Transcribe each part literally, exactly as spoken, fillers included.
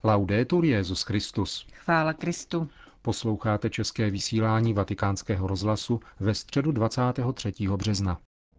Laudetur Jesus Christus. Chvála Kristu. Posloucháte české vysílání Vatikánského rozhlasu ve středu dvacátého třetího března.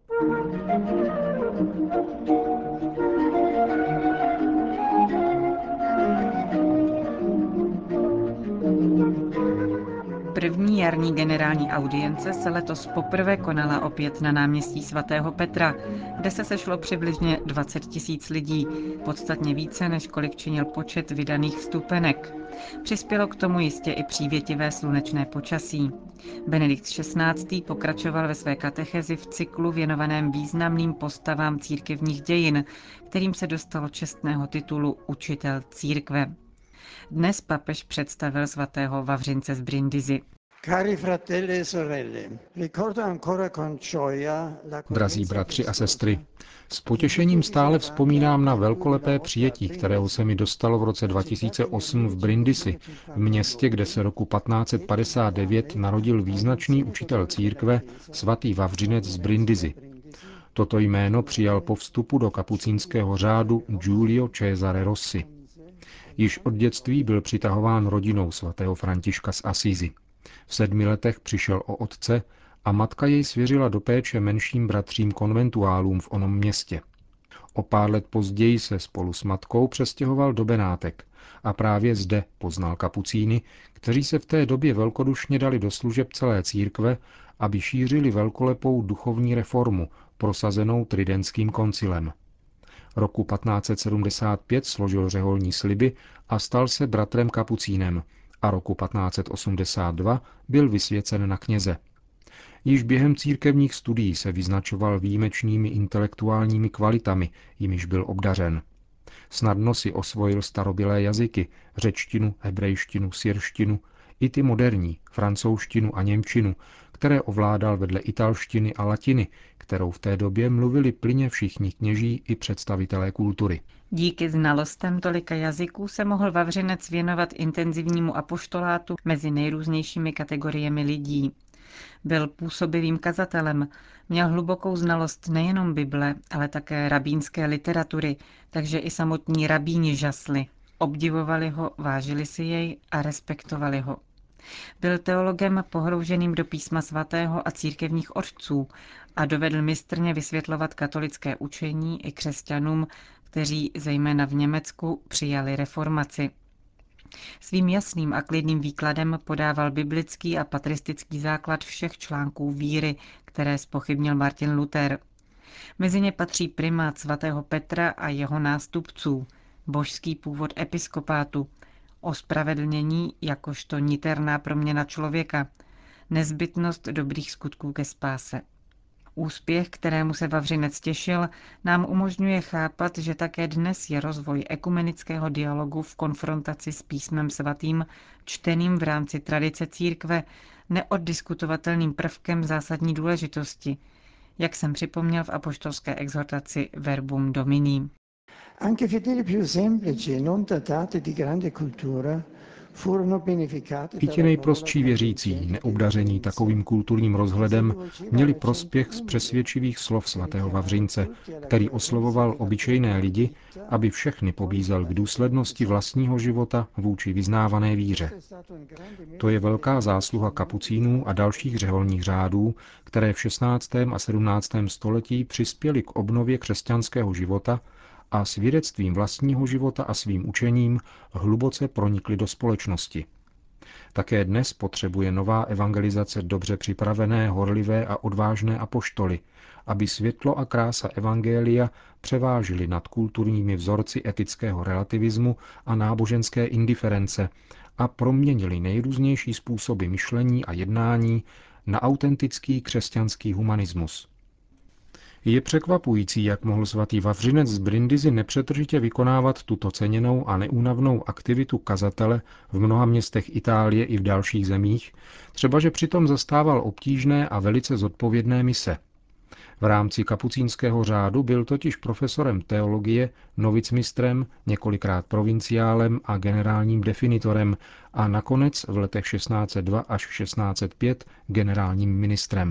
První jarní generální audience se letos poprvé konala opět na náměstí svatého Petra, kde se sešlo přibližně dvacet tisíc lidí, podstatně více, než kolik činil počet vydaných vstupenek. Přispělo k tomu jistě i přívětivé slunečné počasí. Benedikt šestnáctý. Pokračoval ve své katechezi v cyklu věnovaném významným postavám církevních dějin, kterým se dostalo čestného titulu Učitel církve. Dnes papež představil svatého Vavřince z Brindisi. Drazí bratři a sestry, s potěšením stále vzpomínám na velkolepé přijetí, kterého se mi dostalo v roce dva tisíce osm v Brindisi, v městě, kde se roku patnáct set padesát devět narodil význačný učitel církve svatý Vavřinec z Brindisi. Toto jméno přijal po vstupu do kapucínského řádu Giulio Cesare Rossi. Již od dětství byl přitahován rodinou svatého Františka z Asízy. V sedmi letech přišel o otce a matka jej svěřila do péče menším bratřím konventuálům v onom městě. O pár let později se spolu s matkou přestěhoval do Benátek a právě zde poznal kapucíny, kteří se v té době velkodušně dali do služeb celé církve, aby šířili velkolepou duchovní reformu, prosazenou Tridentským koncilem. Roku patnáct set sedmdesát pět složil řeholní sliby a stal se bratrem kapucínem a roku patnáct set osmdesát dva byl vysvěcen na kněze. Již během církevních studií se vyznačoval výjimečnými intelektuálními kvalitami, jimiž byl obdařen. Snadno si osvojil starobylé jazyky, řečtinu, hebrejštinu, syrštinu, i ty moderní, francouzštinu a němčinu, které ovládal vedle italštiny a latiny, kterou v té době mluvili plyně všichni kněží i představitelé kultury. Díky znalostem tolika jazyků se mohl Vavřinec věnovat intenzivnímu apoštolátu mezi nejrůznějšími kategoriemi lidí. Byl působivým kazatelem, měl hlubokou znalost nejenom Bible, ale také rabínské literatury, takže i samotní rabíni žasli. Obdivovali ho, vážili si jej a respektovali ho. Byl teologem pohrouženým do písma svatého a církevních otců a dovedl mistrně vysvětlovat katolické učení i křesťanům, kteří zejména v Německu přijali reformaci. Svým jasným a klidným výkladem podával biblický a patristický základ všech článků víry, které zpochybnil Martin Luther. Mezi ně patří primát svatého Petra a jeho nástupců, božský původ episkopátu, ospravedlnění jakožto niterná proměna člověka, nezbytnost dobrých skutků ke spáse. Úspěch, kterému se Vavřinec těšil, nám umožňuje chápat, že také dnes je rozvoj ekumenického dialogu v konfrontaci s písmem svatým, čteným v rámci tradice církve, neoddiskutovatelným prvkem zásadní důležitosti, jak jsem připomněl v apoštolské exhortaci Verbum Domini. Anche fedeli più semplici, non datati di grande cultura, I ti nejprostší věřící, neobdaření takovým kulturním rozhledem, měli prospěch z přesvědčivých slov svatého Vavřince, který oslovoval obyčejné lidi, aby všechny pobízel k důslednosti vlastního života vůči vyznávané víře. To je velká zásluha kapucínů a dalších řeholních řádů, které v šestnáctém a sedmnáctém století přispěly k obnově křesťanského života a svědectvím vlastního života a svým učením hluboce pronikly do společnosti. Také dnes potřebuje nová evangelizace dobře připravené, horlivé a odvážné apoštoly, aby světlo a krása evangelia převážily nad kulturními vzorci etického relativismu a náboženské indiference a proměnili nejrůznější způsoby myšlení a jednání na autentický křesťanský humanismus. Je překvapující, jak mohl svatý Vavřinec z Brindisi nepřetržitě vykonávat tuto ceněnou a neúnavnou aktivitu kazatele v mnoha městech Itálie i v dalších zemích, třeba že přitom zastával obtížné a velice zodpovědné mise. V rámci kapucínského řádu byl totiž profesorem teologie, novicmistrem, několikrát provinciálem a generálním definitorem a nakonec v letech šestnáct set dva až šestnáct set pět generálním ministrem.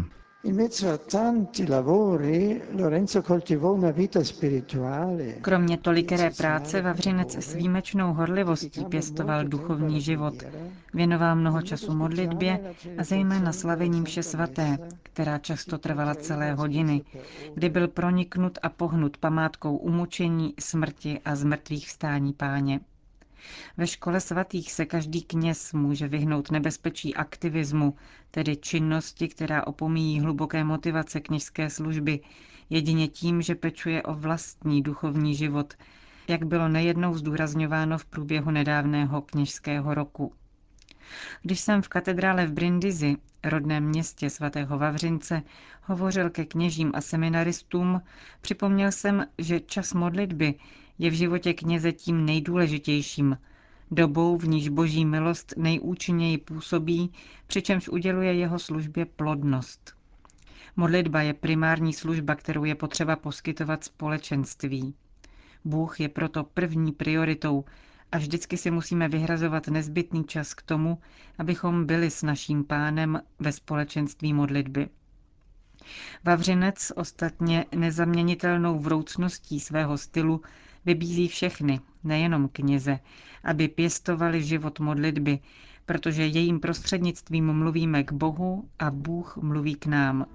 Kromě tolikeré práce Vavřinec s výjimečnou horlivostí pěstoval duchovní život. Věnoval mnoho času modlitbě a zejména slavení mše svaté, která často trvala celé hodiny, kdy byl proniknut a pohnut památkou umučení, smrti a zmrtvých vstání Páně. Ve škole svatých se každý kněz může vyhnout nebezpečí aktivismu, tedy činnosti, která opomíjí hluboké motivace kněžské služby, jedině tím, že pečuje o vlastní duchovní život, jak bylo nejednou zdůrazňováno v průběhu nedávného kněžského roku. Když jsem v katedrále v Brindisi, rodném městě svatého Vavřince, hovořil ke kněžím a seminaristům, připomněl jsem, že čas modlitby je v životě kněze tím nejdůležitějším, dobou, v níž boží milost nejúčinněji působí, přičemž uděluje jeho službě plodnost. Modlitba je primární služba, kterou je potřeba poskytovat společenství. Bůh je proto první prioritou a vždycky si musíme vyhrazovat nezbytný čas k tomu, abychom byli s naším Pánem ve společenství modlitby. Vavřinec ostatně nezaměnitelnou vroucností svého stylu vybízí všechny, nejenom kněze, aby pěstovali život modlitby, protože jejím prostřednictvím mluvíme k Bohu a Bůh mluví k nám.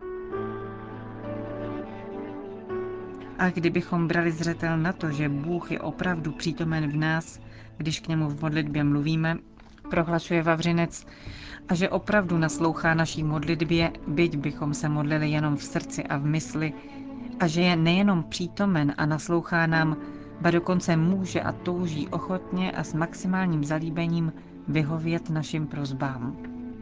A kdybychom brali zřetel na to, že Bůh je opravdu přítomen v nás, když k němu v modlitbě mluvíme, prohlašuje Vavřinec, a že opravdu naslouchá naší modlitbě, byť bychom se modlili jenom v srdci a v mysli, a že je nejenom přítomen a naslouchá nám, ba dokonce může a touží ochotně a s maximálním zalíbením vyhovět našim prosbám.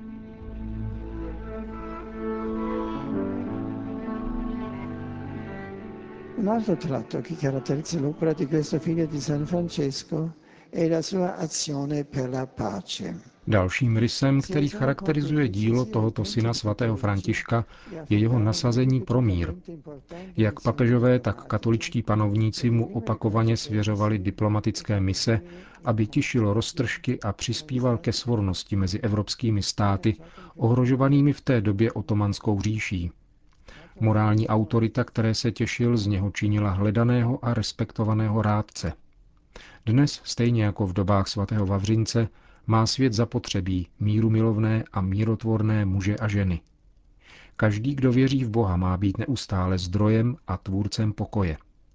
Un altro tratto che caratterizza l'opera di questo figlio di San Francesco è la sua azione per la pace. Dalším rysem, který charakterizuje dílo tohoto syna svatého Františka, je jeho nasazení pro mír. Jak papežové, tak katoličtí panovníci mu opakovaně svěřovali diplomatické mise, aby tišil roztržky a přispíval ke svornosti mezi evropskými státy, ohrožovanými v té době otomanskou říší. Morální autorita, které se těšil, z něho činila hledaného a respektovaného rádce. Dnes, stejně jako v dobách svatého Vavřince, má svět zapotřebí mírumilovné a mírotvorné muže a ženy. Každý, kdo věří v Boha, má být neustále zdrojem a tvůrcem pokoje.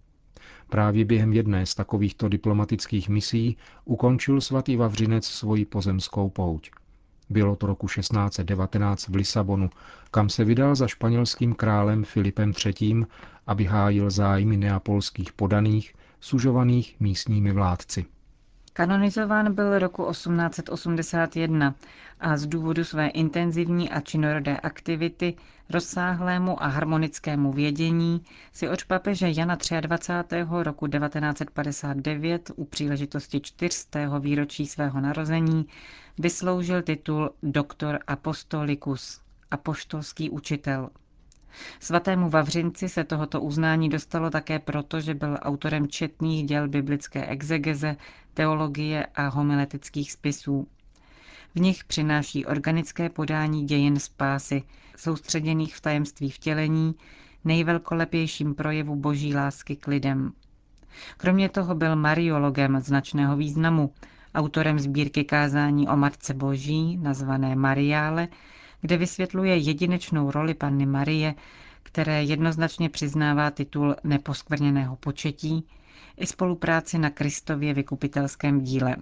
Právě během jedné z takovýchto diplomatických misí ukončil svatý Vavřinec svoji pozemskou pouť. Bylo to roku šestnáct set devatenáct v Lisabonu, kam se vydal za španělským králem Filipem třetím, aby hájil zájmy neapolských podaných, sužovaných místními vládci. Kanonizován byl roku osmnáct set osmdesát jedna a z důvodu své intenzivní a činorodé aktivity, rozsáhlému a harmonickému vědění si od papeže Jana dvacátého třetího roku devatenáct set padesát devět u příležitosti čtyřstého výročí svého narození vysloužil titul Doctor Apostolicus, apoštolský učitel. Svatému Vavřinci se tohoto uznání dostalo také proto, že byl autorem četných děl biblické exegeze, teologie a homiletických spisů. V nich přináší organické podání dějin spásy, soustředěných v tajemství vtělení, nejvelkolepějším projevu boží lásky k lidem. Kromě toho byl mariologem značného významu, autorem sbírky kázání o Matce Boží, nazvané Mariále, kde vysvětluje jedinečnou roli Panny Marie, které jednoznačně přiznává titul neposkvrněného početí, i spolupráci na Kristově vykupitelském díle.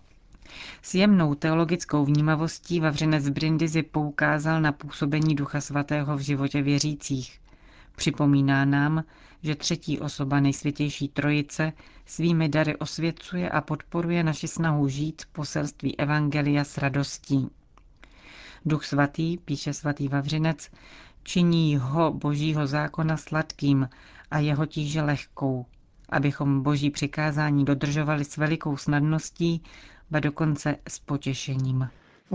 S jemnou teologickou vnímavostí Vavřinec z Brindisi poukázal na působení Ducha Svatého v životě věřících. Připomíná nám, že třetí osoba Nejsvětější Trojice svými dary osvěcuje a podporuje naši snahu žít poselství evangelia s radostí. Duch svatý, píše svatý Vavřinec, činí ho božího zákona sladkým a jeho tíže lehkou, abychom boží přikázání dodržovali s velikou snadností, ba dokonce s potěšením.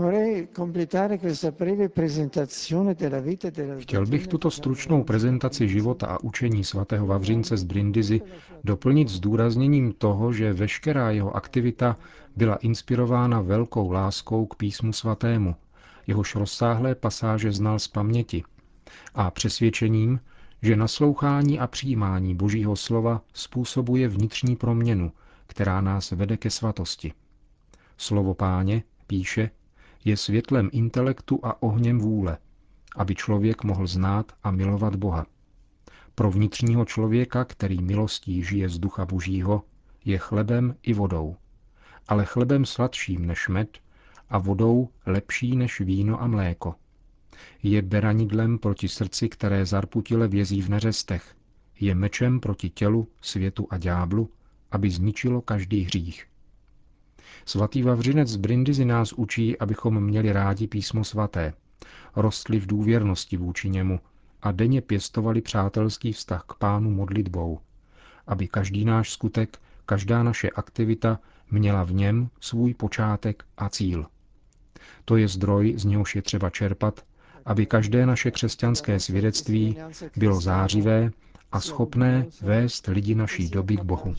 Chtěl bych tuto stručnou prezentaci života a učení svatého Vavřince z Brindisi doplnit zdůrazněním toho, že veškerá jeho aktivita byla inspirována velkou láskou k písmu svatému, jehož rozsáhlé pasáže znal z paměti, a přesvědčením, že naslouchání a přijímání Božího slova způsobuje vnitřní proměnu, která nás vede ke svatosti. Slovo Páně, píše, je světlem intelektu a ohněm vůle, aby člověk mohl znát a milovat Boha. Pro vnitřního člověka, který milostí žije z ducha Božího, je chlebem i vodou, ale chlebem sladším než med a vodou lepší než víno a mléko. Je beranidlem proti srdci, které zarputile vězí v neřestech. Je mečem proti tělu, světu a ďáblu, aby zničilo každý hřích. Svatý Vavřinec z Brindisi nás učí, abychom měli rádi písmo svaté, rostli v důvěrnosti vůči němu a denně pěstovali přátelský vztah k Pánu modlitbou, aby každý náš skutek, každá naše aktivita měla v něm svůj počátek a cíl. To je zdroj, z něhož je třeba čerpat, aby každé naše křesťanské svědectví bylo zářivé a schopné vést lidi naší doby k Bohu.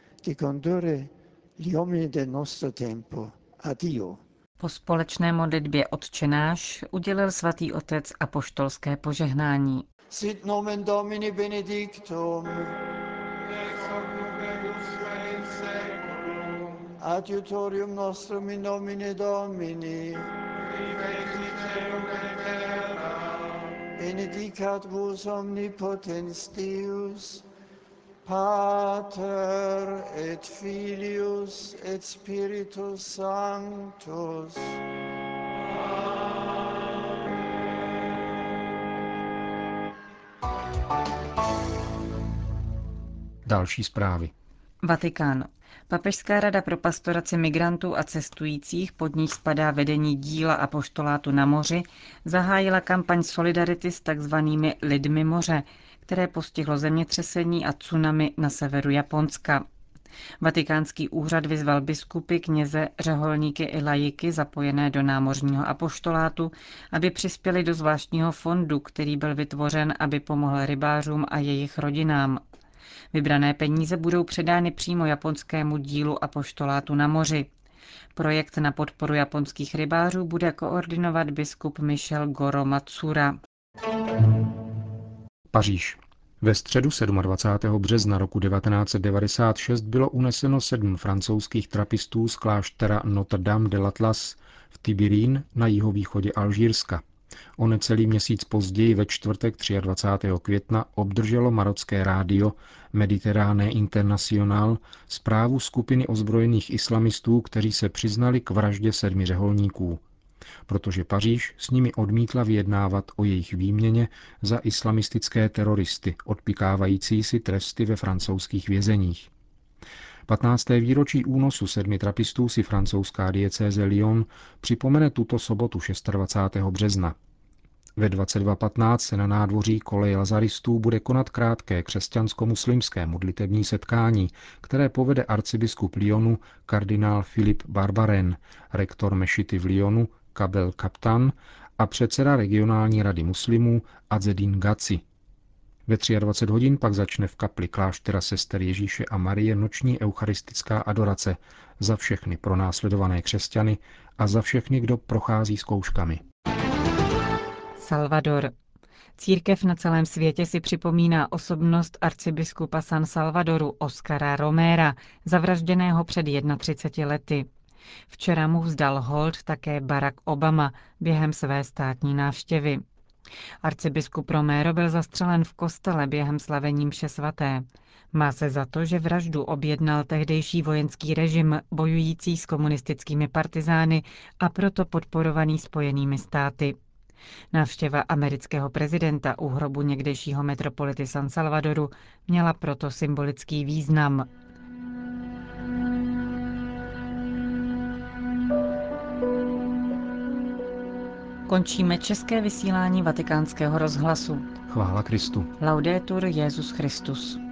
Po společné modlitbě Otčenáš udělil svatý otec apoštolské požehnání. Sit nomen Domini benedictum. Adiutorium nostrum in nomine Domini. Benedicat vos omnipotens Deus, Pater et Filius et Spiritus Sanctus. Další zprávy. Vatikán. Papežská rada pro pastoraci migrantů a cestujících, pod níž spadá vedení díla apoštolátu na moři, zahájila kampaň solidarity s takzvanými lidmi moře, které postihlo zemětřesení a tsunami na severu Japonska. Vatikánský úřad vyzval biskupy, kněze, řeholníky i laiky zapojené do námořního apoštolátu, aby přispěli do zvláštního fondu, který byl vytvořen, aby pomohl rybářům a jejich rodinám. Vybrané peníze budou předány přímo japonskému dílu apoštolátu na moři. Projekt na podporu japonských rybářů bude koordinovat biskup Michel Goro Matsura. Paříž. Ve středu dvacátého sedmého března roku devatenáct set devadesát šest bylo uneseno sedm francouzských trapistů z kláštera Notre-Dame de l'Atlas v Tibirín na jihovýchodě Alžírska. O necelý měsíc později ve čtvrtek dvacátého třetího května obdrželo marocké rádio Mediterranée International zprávu skupiny ozbrojených islamistů, kteří se přiznali k vraždě sedmi řeholníků, protože Paříž s nimi odmítla vyjednávat o jejich výměně za islamistické teroristy, odpikávající si tresty ve francouzských vězeních. patnácté výročí únosu sedmi trapistů si francouzská diecéze Lyon připomene tuto sobotu dvacátého šestého března. Ve dvacet dva patnáct se na nádvoří koleje lazaristů bude konat krátké křesťansko-muslimské modlitební setkání, které povede arcibiskup Lyonu kardinál Philippe Barbarin, rektor mešity v Lyonu Kabel Kaptan a předseda regionální rady muslimů Azzedin Gazi. Ve dvacet tři hodin pak začne v kapli kláštera sester Ježíše a Marie noční eucharistická adorace za všechny pronásledované křesťany a za všechny, kdo prochází zkouškami. Salvador. Církev na celém světě si připomíná osobnost arcibiskupa San Salvadoru Oscara Romera, zavražděného před třiceti jednou lety. Včera mu vzdal hold také Barack Obama během své státní návštěvy. Arcibiskup Romero byl zastřelen v kostele během slavení mše svaté. Má se za to, že vraždu objednal tehdejší vojenský režim bojující s komunistickými partizány a proto podporovaný Spojenými státy. Návštěva amerického prezidenta u hrobu někdejšího metropolity San Salvadoru měla proto symbolický význam. Končíme české vysílání Vatikánského rozhlasu. Chvála Kristu. Laudetur Jesus Christus.